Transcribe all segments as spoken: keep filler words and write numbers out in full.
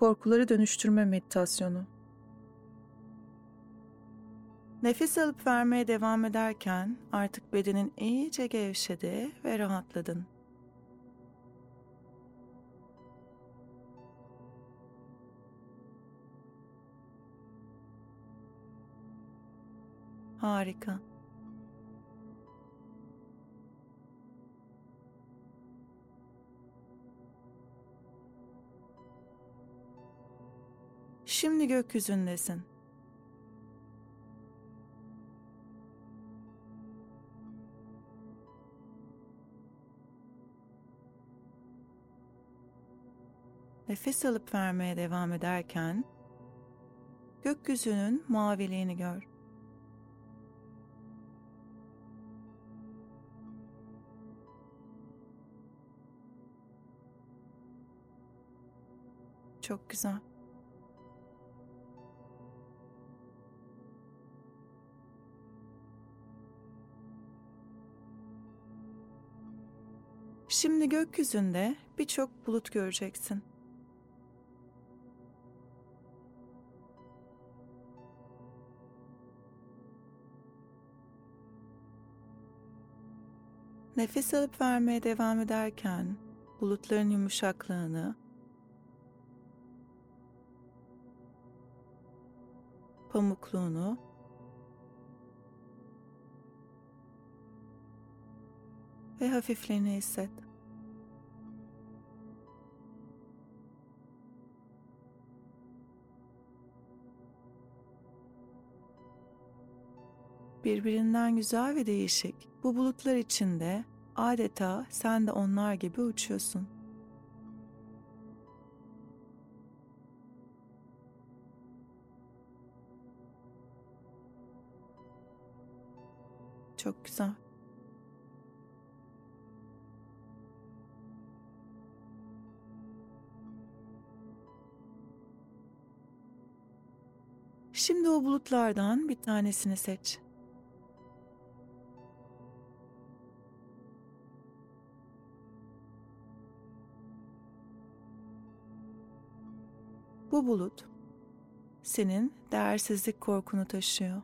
Korkuları dönüştürme meditasyonu. Nefes alıp vermeye devam ederken artık bedenin iyice gevşedi ve rahatladın. Harika. Şimdi gökyüzündesin. Nefes alıp vermeye devam ederken gökyüzünün maviliğini gör. Çok güzel. Şimdi gökyüzünde birçok bulut göreceksin. Nefes alıp vermeye devam ederken bulutların yumuşaklığını, pamukluğunu ve hafifliğini hisset. Birbirinden güzel ve değişik bu bulutlar içinde adeta sen de onlar gibi uçuyorsun. Çok güzel. Şimdi o bulutlardan bir tanesini seç. Bu bulut senin değersizlik korkunu taşıyor.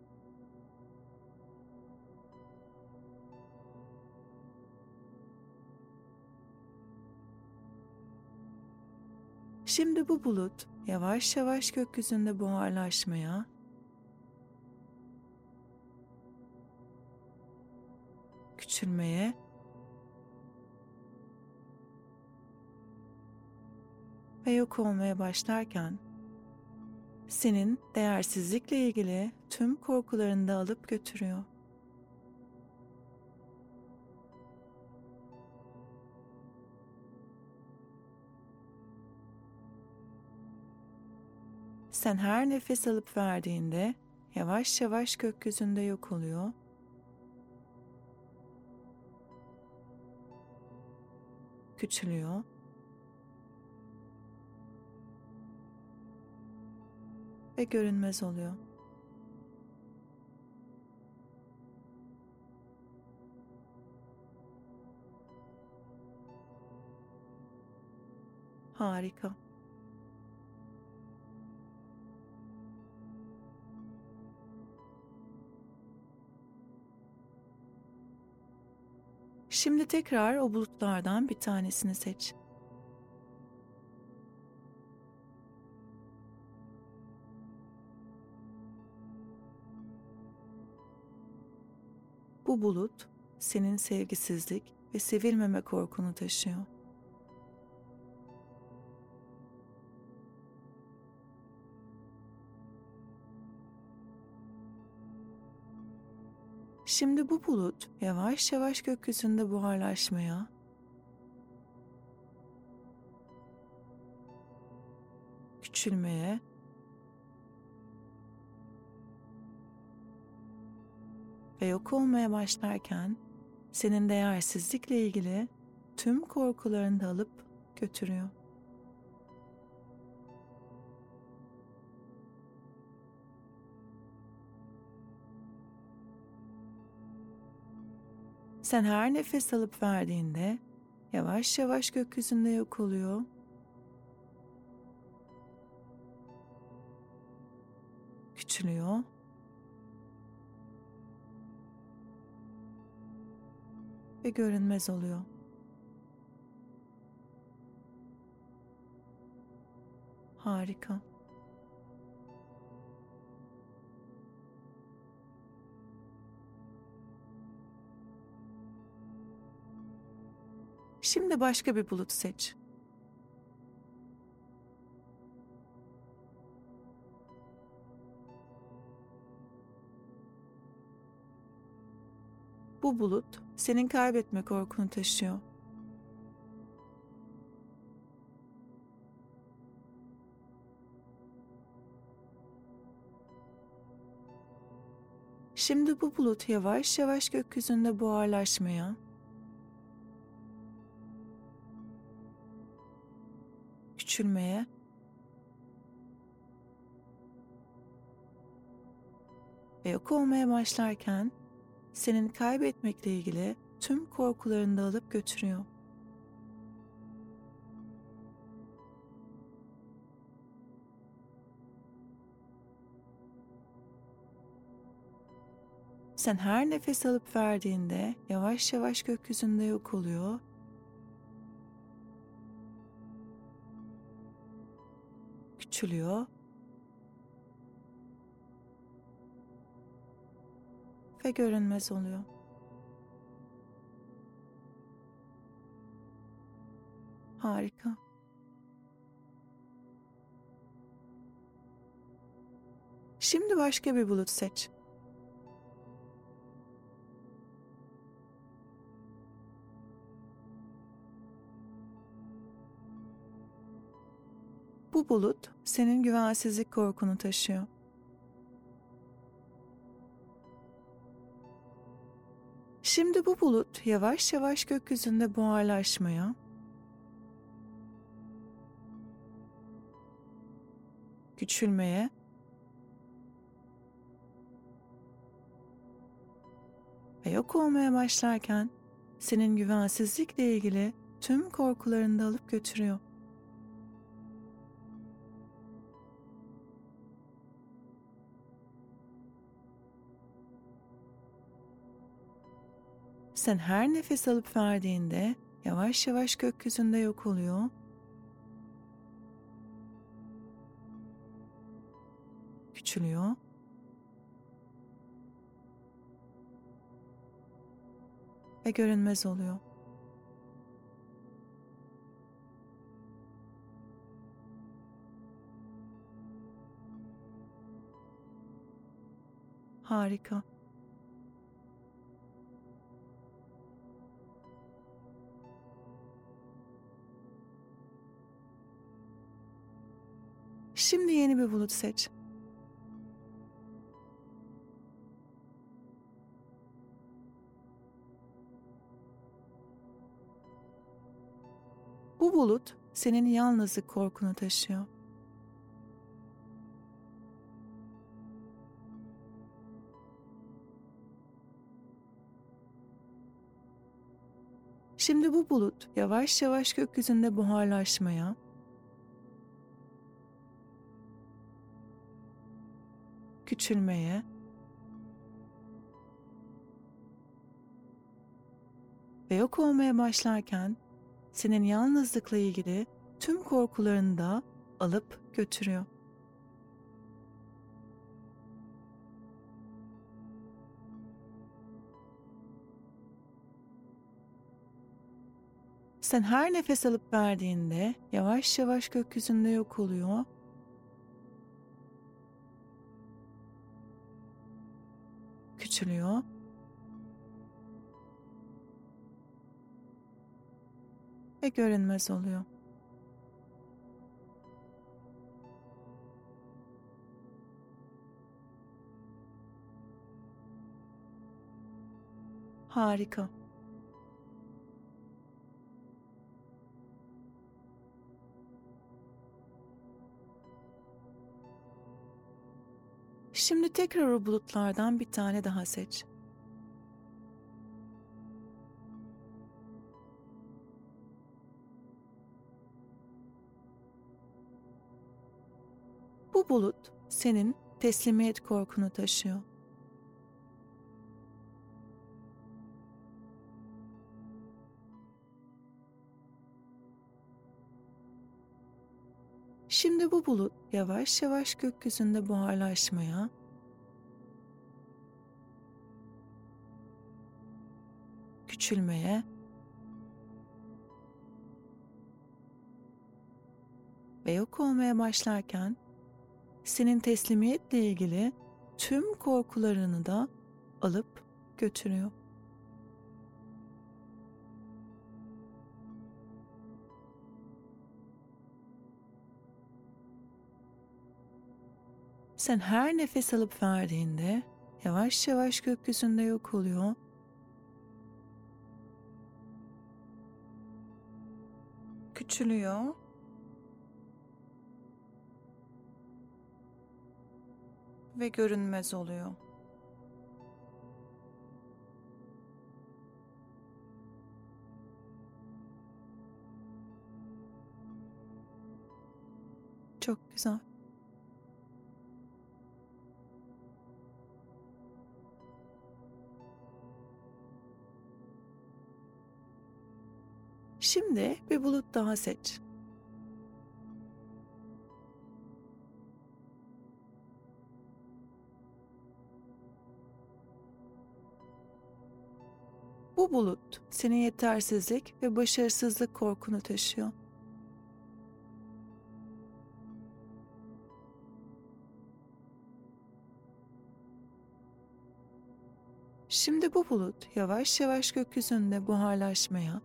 Şimdi bu bulut yavaş yavaş gökyüzünde buharlaşmaya, küçülmeye ve yok olmaya başlarken senin değersizlikle ilgili tüm korkularını da alıp götürüyor. Sen her nefes alıp verdiğinde yavaş yavaş gökyüzünde yok oluyor. Küçülüyor. Ve görünmez oluyor. Harika. Şimdi tekrar o bulutlardan bir tanesini seç. Bu bulut senin sevgisizlik ve sevilmeme korkunu taşıyor. Şimdi bu bulut yavaş yavaş gökyüzünde buharlaşmaya, küçülmeye ve yok olmaya başlarken senin değersizlikle ilgili tüm korkularını da alıp götürüyor. Sen her nefes alıp verdiğinde yavaş yavaş gökyüzünde yok oluyor. küçülüyor ve görünmez oluyor. Harika. Şimdi başka bir bulut seç. Bu bulut senin kaybetme korkunu taşıyor. Şimdi bu bulut yavaş yavaş gökyüzünde buharlaşmaya, küçülmeye ve yok olmaya başlarken senin kaybetmekle ilgili tüm korkularını da alıp götürüyor. Sen her nefes alıp verdiğinde yavaş yavaş gökyüzünde yok oluyor. Küçülüyor ve görünmez oluyor. Harika. Şimdi başka bir bulut seç. Bu bulut senin güvensizlik korkunu taşıyor. Şimdi bu bulut yavaş yavaş gökyüzünde buharlaşmaya, küçülmeye ve yok olmaya başlarken senin güvensizlikle ilgili tüm korkularını da alıp götürüyor. Sen her nefes alıp verdiğinde yavaş yavaş gökyüzünde yok oluyor. Küçülüyor ve görünmez oluyor. Harika. Şimdi yeni bir bulut seç. Bu bulut senin yalnızlık korkunu taşıyor. Şimdi bu bulut yavaş yavaş gökyüzünde buharlaşmaya, küçülmeye ve yok olmaya başlarken senin yalnızlıkla ilgili tüm korkularını da alıp götürüyor. Sen her nefes alıp verdiğinde yavaş yavaş gökyüzünde yok oluyor. Küçülüyor ve görünmez oluyor. Harika. Şimdi tekrar o bulutlardan bir tane daha seç. Bu bulut senin teslimiyet korkunu taşıyor. Şimdi bu bulut yavaş yavaş gökyüzünde buharlaşmaya, küçülmeye ve yok olmaya başlarken senin teslimiyetle ilgili tüm korkularını da alıp götürüyor. Sen her nefes alıp verdiğinde yavaş yavaş gökyüzünde yok oluyor. Küçülüyor. Ve görünmez oluyor. Çok güzel. Şimdi bir bulut daha seç. Bu bulut senin yetersizlik ve başarısızlık korkunu taşıyor. Şimdi bu bulut yavaş yavaş gökyüzünde buharlaşmaya,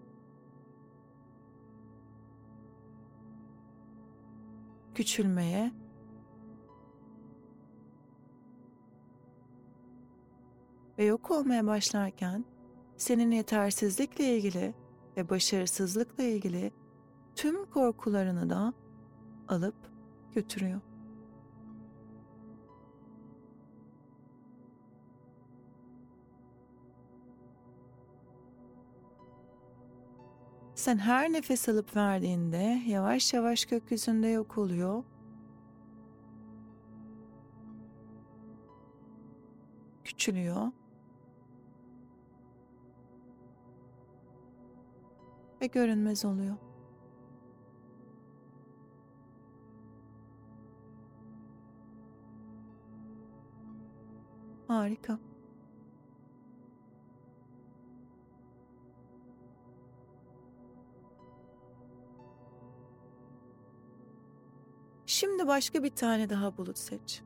küçülmeye ve yok olmaya başlarken senin yetersizlikle ilgili ve başarısızlıkla ilgili tüm korkularını da alıp götürüyor. Sen her nefes alıp verdiğinde yavaş yavaş gökyüzünde yok oluyor. Küçülüyor. Ve görünmez oluyor. Harika. Şimdi başka bir tane daha bulut seç.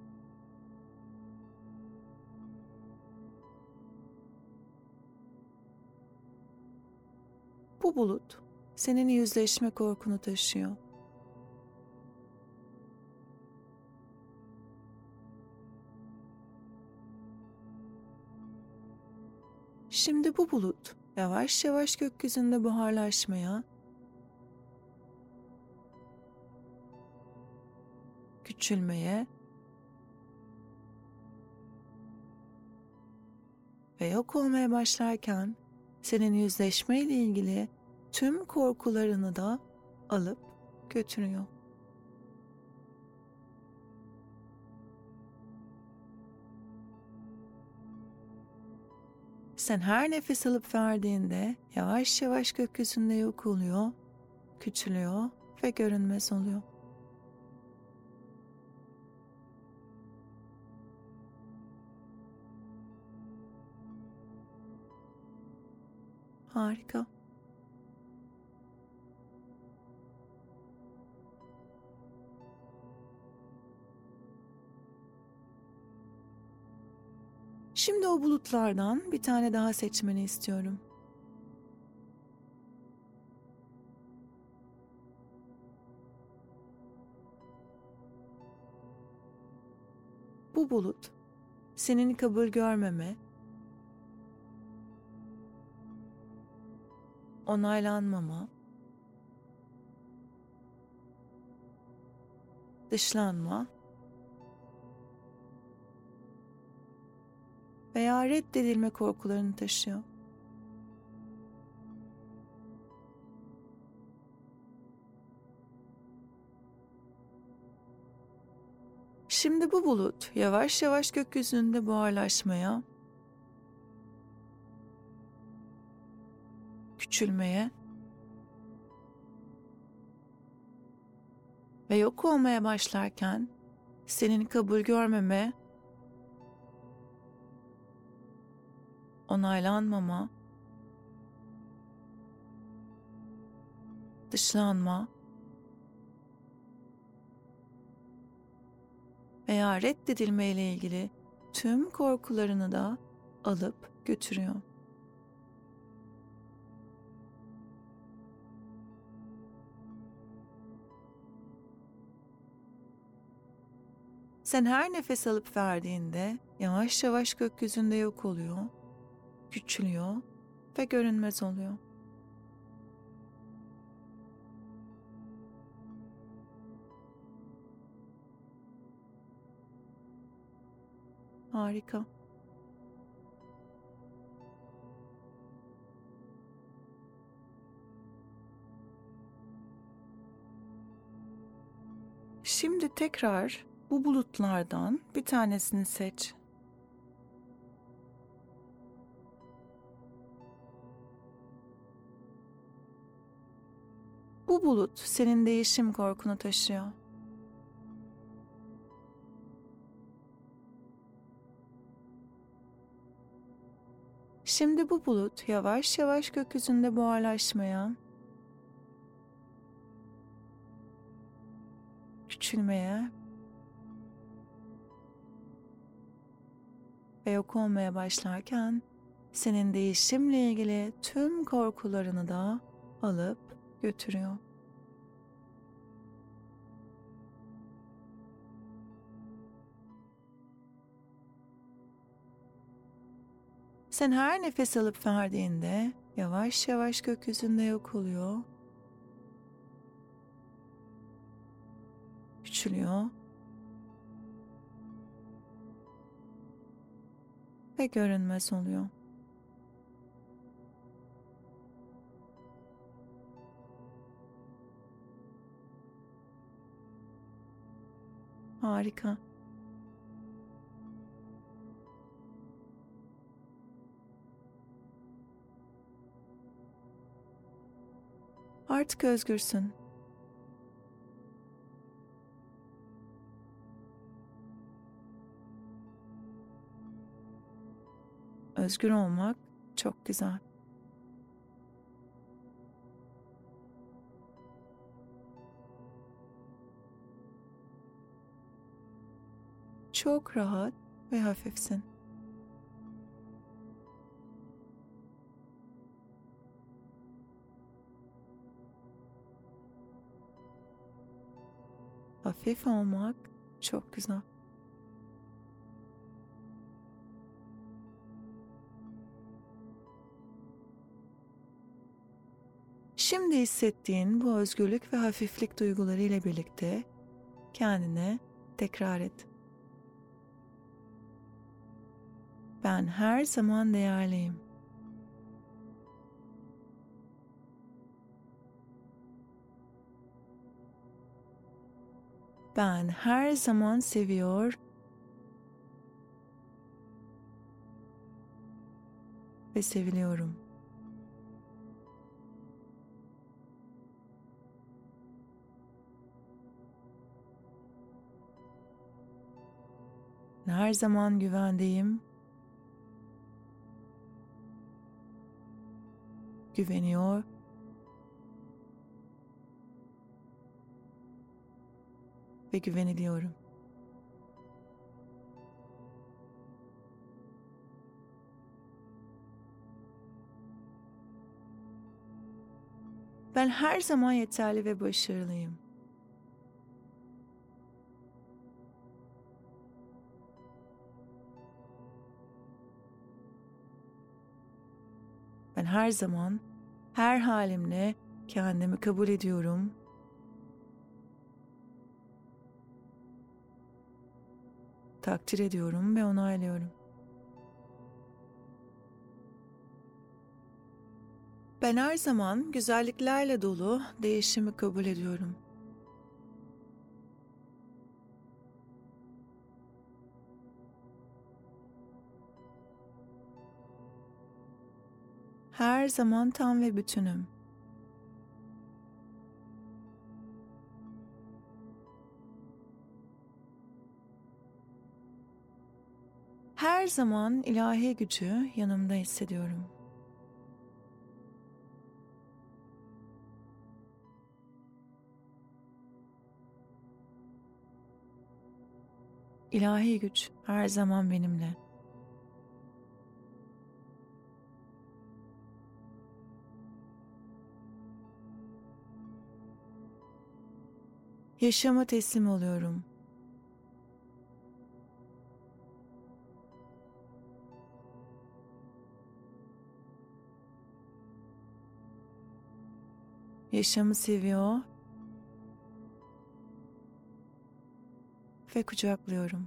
Bu bulut senin yüzleşme korkunu taşıyor. Şimdi bu bulut yavaş yavaş gökyüzünde buharlaşmaya, küçülmeye ve yok olmaya başlarken senin yüzleşme ile ilgili tüm korkularını da alıp götürüyor. Sen her nefes alıp verdiğinde yavaş yavaş gökyüzünde yok oluyor, küçülüyor ve görünmez oluyor. Harika. Şimdi o bulutlardan bir tane daha seçmeni istiyorum. Bu bulut senin kabul görmeme, onaylanmama, dışlanma veya reddedilme korkularını taşıyor. Şimdi bu bulut yavaş yavaş gökyüzünde buharlaşmaya, küçülmeye ve yok olmaya başlarken senin kabul görmeme, onaylanmama, dışlanma veya reddedilme ile ilgili tüm korkularını da alıp götürüyor. Sen her nefes alıp verdiğinde yavaş yavaş gökyüzünde yok oluyor, küçülüyor ve görünmez oluyor. Harika. Şimdi tekrar bu bulutlardan bir tanesini seç. Bu bulut senin değişim korkunu taşıyor. Şimdi bu bulut yavaş yavaş gökyüzünde buharlaşmaya, küçülmeye ve yok olmaya başlarken senin değişimle ilgili tüm korkularını da alıp götürüyor. Sen her nefes alıp verdiğinde yavaş yavaş gökyüzünde yok oluyor, küçülüyor ve görünmez oluyor. Harika. Artık özgürsün. Özgür olmak çok güzel. Çok rahat ve hafifsin. Hafif olmak çok güzel. Şimdi hissettiğin bu özgürlük ve hafiflik duyguları ile birlikte kendine tekrar et. Ben her zaman değerliyim. Ben her zaman seviyor ve seviliyorum. Her zaman güvendeyim, güveniyor ve güveniliyorum. Ben her zaman yeterli ve başarılıyım. Ben her zaman, her halimle kendimi kabul ediyorum. Takdir ediyorum ve onaylıyorum. Ben her zaman güzelliklerle dolu değişimi kabul ediyorum. her zaman tam ve bütünüm. Her zaman ilahi gücü yanımda hissediyorum. İlahi güç her zaman benimle. Yaşama teslim oluyorum. Yaşamı seviyor ve kucaklıyorum.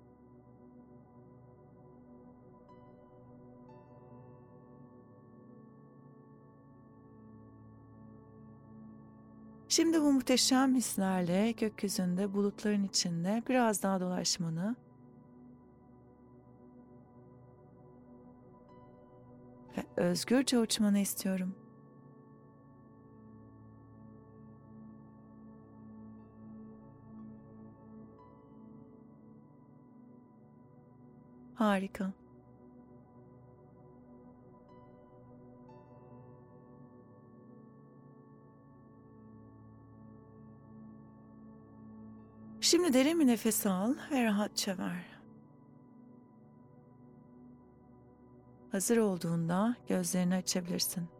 Şimdi bu muhteşem hislerle gökyüzünde bulutların içinde biraz daha dolaşmanı ve özgürce uçmanı istiyorum. Harika. Şimdi derin bir nefes al ve rahatça ver. Hazır olduğunda gözlerini açabilirsin.